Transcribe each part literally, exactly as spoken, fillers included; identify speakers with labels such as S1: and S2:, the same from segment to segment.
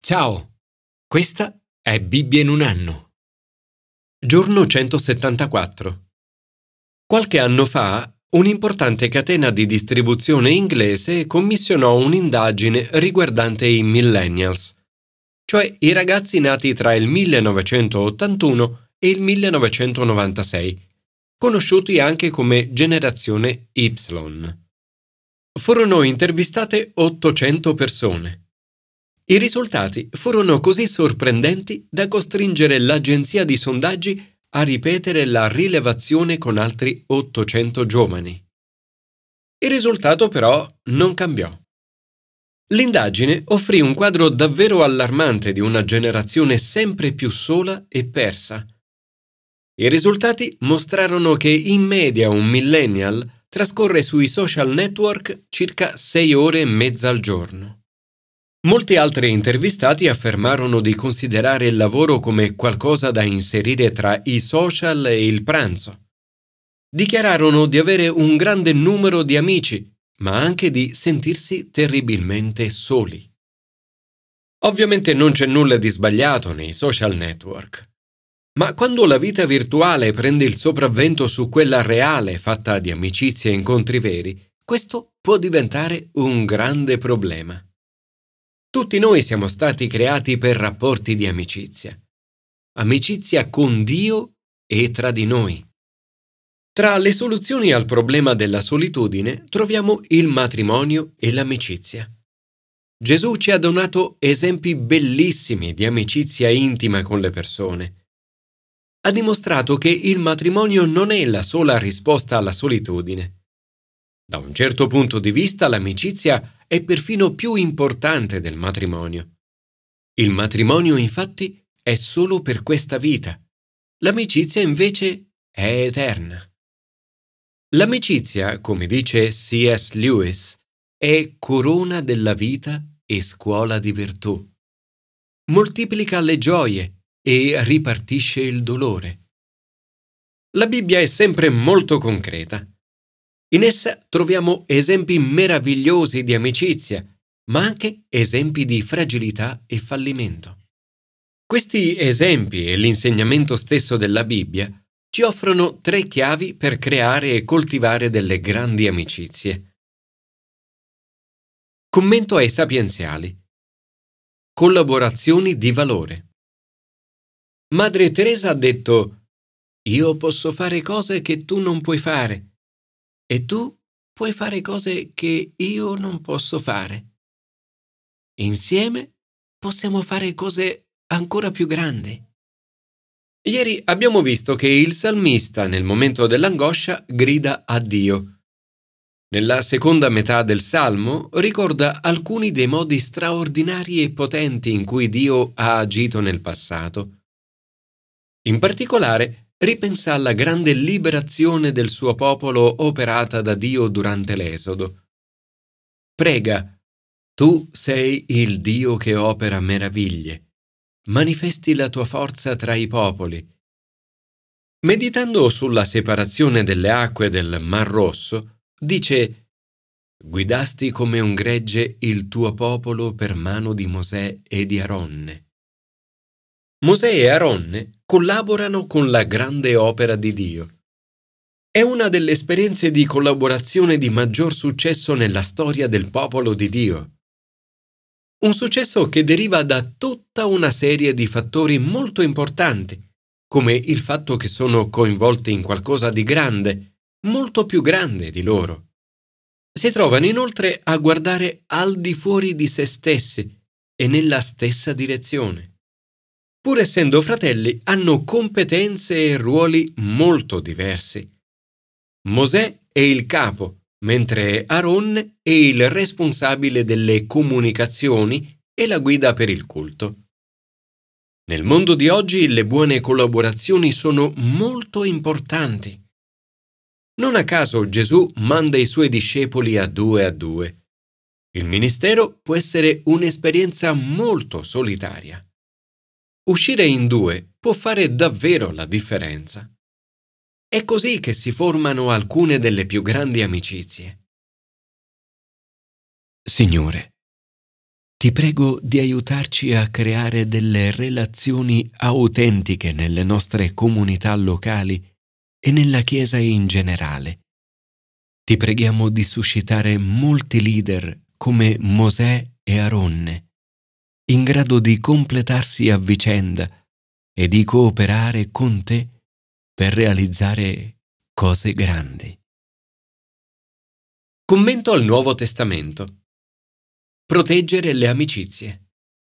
S1: Ciao, questa è Bibbia in un anno. Giorno centosettantaquattro. Qualche anno fa, un'importante catena di distribuzione inglese commissionò un'indagine riguardante i millennials, cioè i ragazzi nati tra il millenovecentottantuno e il millenovecentonovantasei, conosciuti anche come generazione Y. Furono intervistate ottocento persone. I risultati furono così sorprendenti da costringere l'agenzia di sondaggi a ripetere la rilevazione con altri ottocento giovani. Il risultato però non cambiò. L'indagine offrì un quadro davvero allarmante di una generazione sempre più sola e persa. I risultati mostrarono che in media un millennial trascorre sui social network circa sei ore e mezza al giorno. Molti altri intervistati affermarono di considerare il lavoro come qualcosa da inserire tra i social e il pranzo. Dichiararono di avere un grande numero di amici, ma anche di sentirsi terribilmente soli. Ovviamente non c'è nulla di sbagliato nei social network. Ma quando la vita virtuale prende il sopravvento su quella reale fatta di amicizie e incontri veri, questo può diventare un grande problema. Tutti noi siamo stati creati per rapporti di amicizia. Amicizia con Dio e tra di noi. Tra le soluzioni al problema della solitudine troviamo il matrimonio e l'amicizia. Gesù ci ha donato esempi bellissimi di amicizia intima con le persone. Ha dimostrato che il matrimonio non è la sola risposta alla solitudine. Da un certo punto di vista l'amicizia è perfino più importante del matrimonio. Il matrimonio, infatti, è solo per questa vita. L'amicizia, invece, è eterna. L'amicizia, come dice C S Lewis, è corona della vita e scuola di virtù. Moltiplica le gioie e ripartisce il dolore. La Bibbia è sempre molto concreta. In essa troviamo esempi meravigliosi di amicizia, ma anche esempi di fragilità e fallimento. Questi esempi e l'insegnamento stesso della Bibbia ci offrono tre chiavi per creare e coltivare delle grandi amicizie. Commento ai sapienziali. Collaborazioni di valore. Madre Teresa ha detto: «Io posso fare cose che tu non puoi fare. E tu puoi fare cose che io non posso fare. Insieme possiamo fare cose ancora più grandi». Ieri abbiamo visto che il salmista nel momento dell'angoscia grida a Dio. Nella seconda metà del salmo ricorda alcuni dei modi straordinari e potenti in cui Dio ha agito nel passato. In particolare, ripensa alla grande liberazione del suo popolo operata da Dio durante l'Esodo. Prega: «Tu sei il Dio che opera meraviglie. Manifesti la tua forza tra i popoli». Meditando sulla separazione delle acque del Mar Rosso, dice: «Guidasti come un gregge il tuo popolo per mano di Mosè e di Aronne». Mosè e Aronne collaborano con la grande opera di Dio. È una delle esperienze di collaborazione di maggior successo nella storia del popolo di Dio. Un successo che deriva da tutta una serie di fattori molto importanti, come il fatto che sono coinvolti in qualcosa di grande, molto più grande di loro. Si trovano inoltre a guardare al di fuori di se stessi e nella stessa direzione. Pur essendo fratelli, hanno competenze e ruoli molto diversi. Mosè è il capo, mentre Aaron è il responsabile delle comunicazioni e la guida per il culto. Nel mondo di oggi le buone collaborazioni sono molto importanti. Non a caso Gesù manda i suoi discepoli a due a due. Il ministero può essere un'esperienza molto solitaria. Uscire in due può fare davvero la differenza. È così che si formano alcune delle più grandi amicizie. Signore, Ti prego di aiutarci a creare delle relazioni autentiche nelle nostre comunità locali e nella Chiesa in generale. Ti preghiamo di suscitare molti leader come Mosè e Aronne, in grado di completarsi a vicenda e di cooperare con te per realizzare cose grandi. Commento al Nuovo Testamento. Proteggere le amicizie.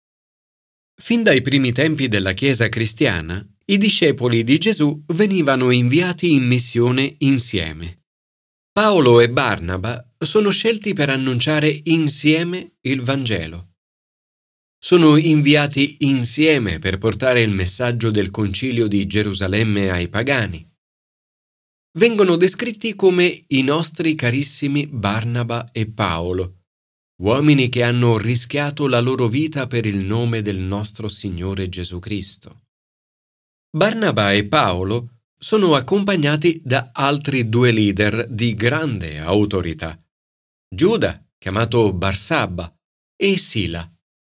S1: Fin dai primi tempi della Chiesa cristiana, i discepoli di Gesù venivano inviati in missione insieme. Paolo e Barnaba sono scelti per annunciare insieme il Vangelo. Sono inviati insieme per portare il messaggio del Concilio di Gerusalemme ai pagani. Vengono descritti come i nostri carissimi Barnaba e Paolo, uomini che hanno rischiato la loro vita per il nome del nostro Signore Gesù Cristo. Barnaba e Paolo sono accompagnati da altri due leader di grande autorità, Giuda, chiamato Barsabba, e Sila.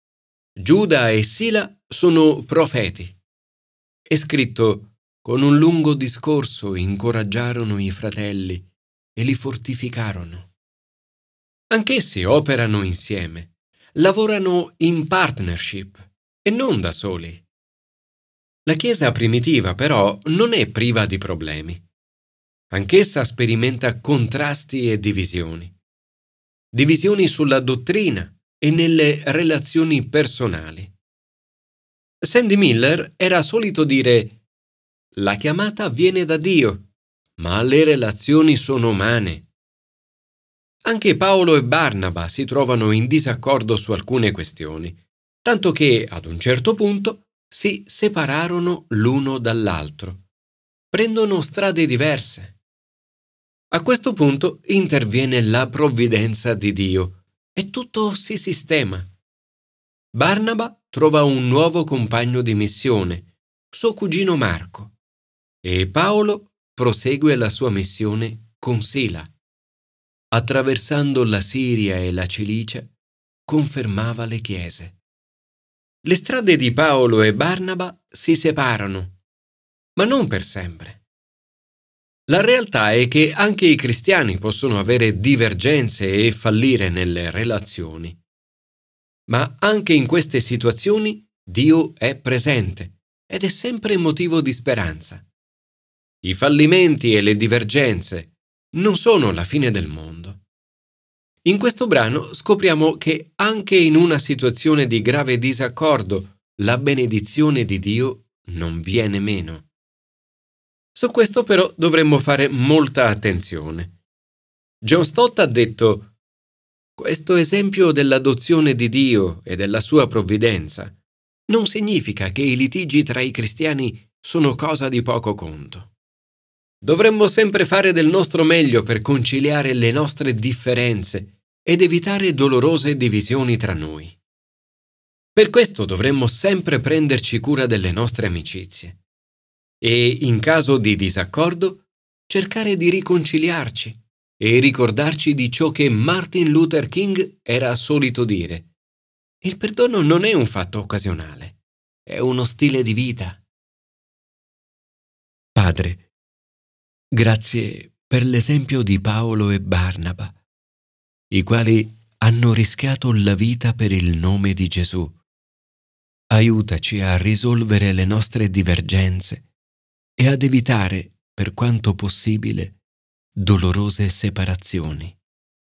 S1: Giuda e Sila sono profeti. È scritto: con un lungo discorso incoraggiarono i fratelli e li fortificarono. Anch'essi operano insieme, lavorano in partnership e non da soli. La Chiesa primitiva, però, non è priva di problemi. Anch'essa sperimenta contrasti e divisioni. Divisioni sulla dottrina e nelle relazioni personali. Sandy Miller era solito dire: la chiamata viene da Dio, ma le relazioni sono umane. Anche Paolo e Barnaba si trovano in disaccordo su alcune questioni, tanto che, ad un certo punto, si separarono l'uno dall'altro. Prendono strade diverse. A questo punto interviene la provvidenza di Dio e tutto si sistema. Barnaba trova un nuovo compagno di missione, suo cugino Marco, e Paolo prosegue la sua missione con Sila. Attraversando la Siria e la Cilicia, confermava le chiese. Le strade di Paolo e Barnaba si separano, ma non per sempre. La realtà è che anche i cristiani possono avere divergenze e fallire nelle relazioni. Ma anche in queste situazioni Dio è presente ed è sempre motivo di speranza. I fallimenti e le divergenze non sono la fine del mondo. In questo brano scopriamo che anche in una situazione di grave disaccordo, la benedizione di Dio non viene meno. Su questo però dovremmo fare molta attenzione. John Stott ha detto: questo esempio dell'adozione di Dio e della sua provvidenza non significa che i litigi tra i cristiani sono cosa di poco conto. Dovremmo sempre fare del nostro meglio per conciliare le nostre differenze ed evitare dolorose divisioni tra noi. Per questo dovremmo sempre prenderci cura delle nostre amicizie e, in caso di disaccordo, cercare di riconciliarci e ricordarci di ciò che Martin Luther King era solito dire: il perdono non è un fatto occasionale, è uno stile di vita. Padre, grazie per l'esempio di Paolo e Barnaba, i quali hanno rischiato la vita per il nome di Gesù. Aiutaci a risolvere le nostre divergenze e ad evitare, per quanto possibile, dolorose separazioni.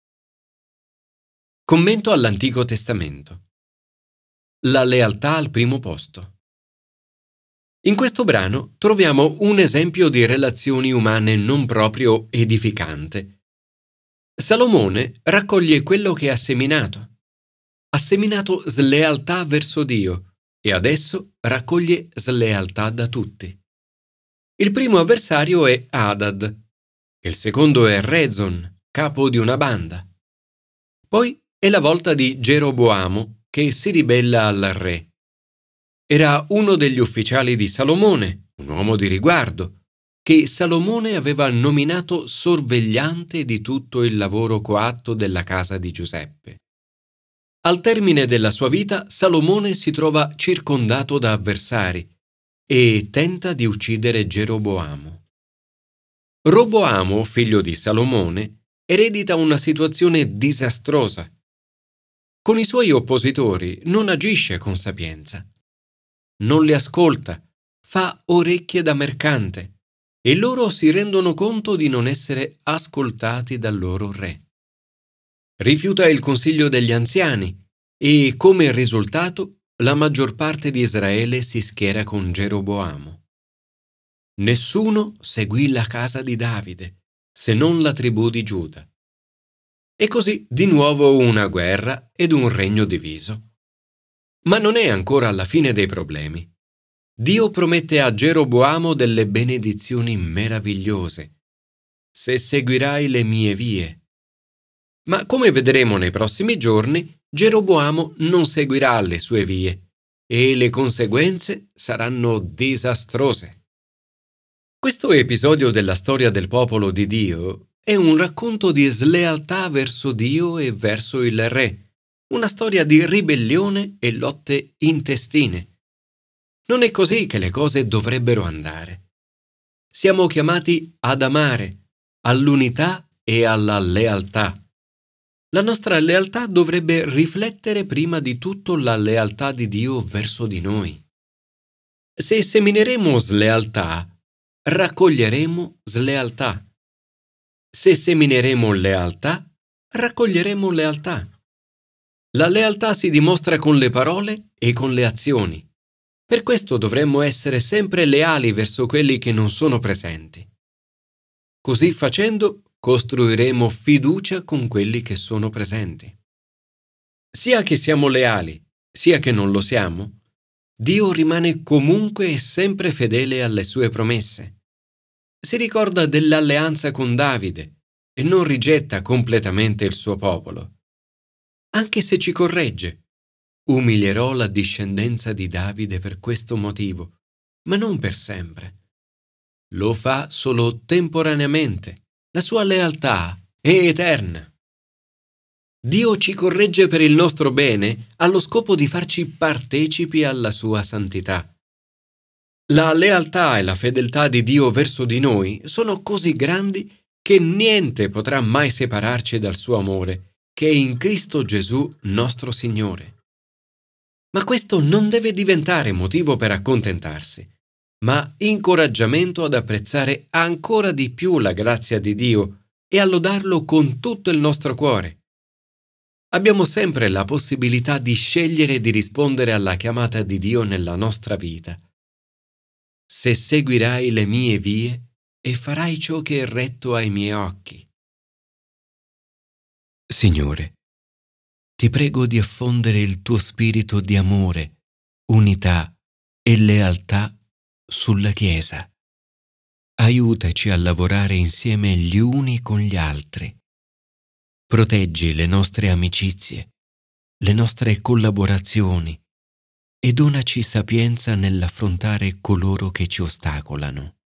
S1: Commento all'Antico Testamento. La lealtà al primo posto. In questo brano troviamo un esempio di relazioni umane non proprio edificante. Salomone raccoglie quello che ha seminato. Ha seminato slealtà verso Dio e adesso raccoglie slealtà da tutti. Il primo avversario è Hadad, il secondo è Rezon, capo di una banda. Poi è la volta di Geroboamo, che si ribella al re. Era uno degli ufficiali di Salomone, un uomo di riguardo, che Salomone aveva nominato sorvegliante di tutto il lavoro coatto della casa di Giuseppe. Al termine della sua vita, Salomone si trova circondato da avversari e tenta di uccidere Geroboamo. Roboamo, figlio di Salomone, eredita una situazione disastrosa. Con i suoi oppositori non agisce con sapienza. Non li ascolta, fa orecchie da mercante e loro si rendono conto di non essere ascoltati dal loro re. Rifiuta il consiglio degli anziani e, come risultato, la maggior parte di Israele si schiera con Geroboamo. Nessuno seguì la casa di Davide, se non la tribù di Giuda. E così di nuovo una guerra ed un regno diviso. Ma non è ancora alla fine dei problemi. Dio promette a Geroboamo delle benedizioni meravigliose. Se seguirai le mie vie. Ma come vedremo nei prossimi giorni, Geroboamo non seguirà le sue vie e le conseguenze saranno disastrose. Questo episodio della storia del popolo di Dio è un racconto di slealtà verso Dio e verso il re, una storia di ribellione e lotte intestine. Non è così che le cose dovrebbero andare. Siamo chiamati ad amare, all'unità e alla lealtà. La nostra lealtà dovrebbe riflettere prima di tutto la lealtà di Dio verso di noi. Se semineremo slealtà, raccoglieremo slealtà. Se semineremo lealtà, raccoglieremo lealtà. La lealtà si dimostra con le parole e con le azioni. Per questo dovremmo essere sempre leali verso quelli che non sono presenti. Così facendo, costruiremo fiducia con quelli che sono presenti. Sia che siamo leali, sia che non lo siamo, Dio rimane comunque e sempre fedele alle sue promesse. Si ricorda dell'alleanza con Davide e non rigetta completamente il suo popolo. Anche se ci corregge, umilierò la discendenza di Davide per questo motivo, ma non per sempre. Lo fa solo temporaneamente. La sua lealtà è eterna. Dio ci corregge per il nostro bene allo scopo di farci partecipi alla sua santità. La lealtà e la fedeltà di Dio verso di noi sono così grandi che niente potrà mai separarci dal suo amore, che è in Cristo Gesù nostro Signore. Ma questo non deve diventare motivo per accontentarsi, ma incoraggiamento ad apprezzare ancora di più la grazia di Dio e a lodarlo con tutto il nostro cuore. Abbiamo sempre la possibilità di scegliere di rispondere alla chiamata di Dio nella nostra vita. Se seguirai le mie vie e farai ciò che è retto ai miei occhi. Signore, ti prego di affondere il tuo spirito di amore, unità e lealtà sulla Chiesa. Aiutaci a lavorare insieme gli uni con gli altri. Proteggi le nostre amicizie, le nostre collaborazioni e donaci sapienza nell'affrontare coloro che ci ostacolano.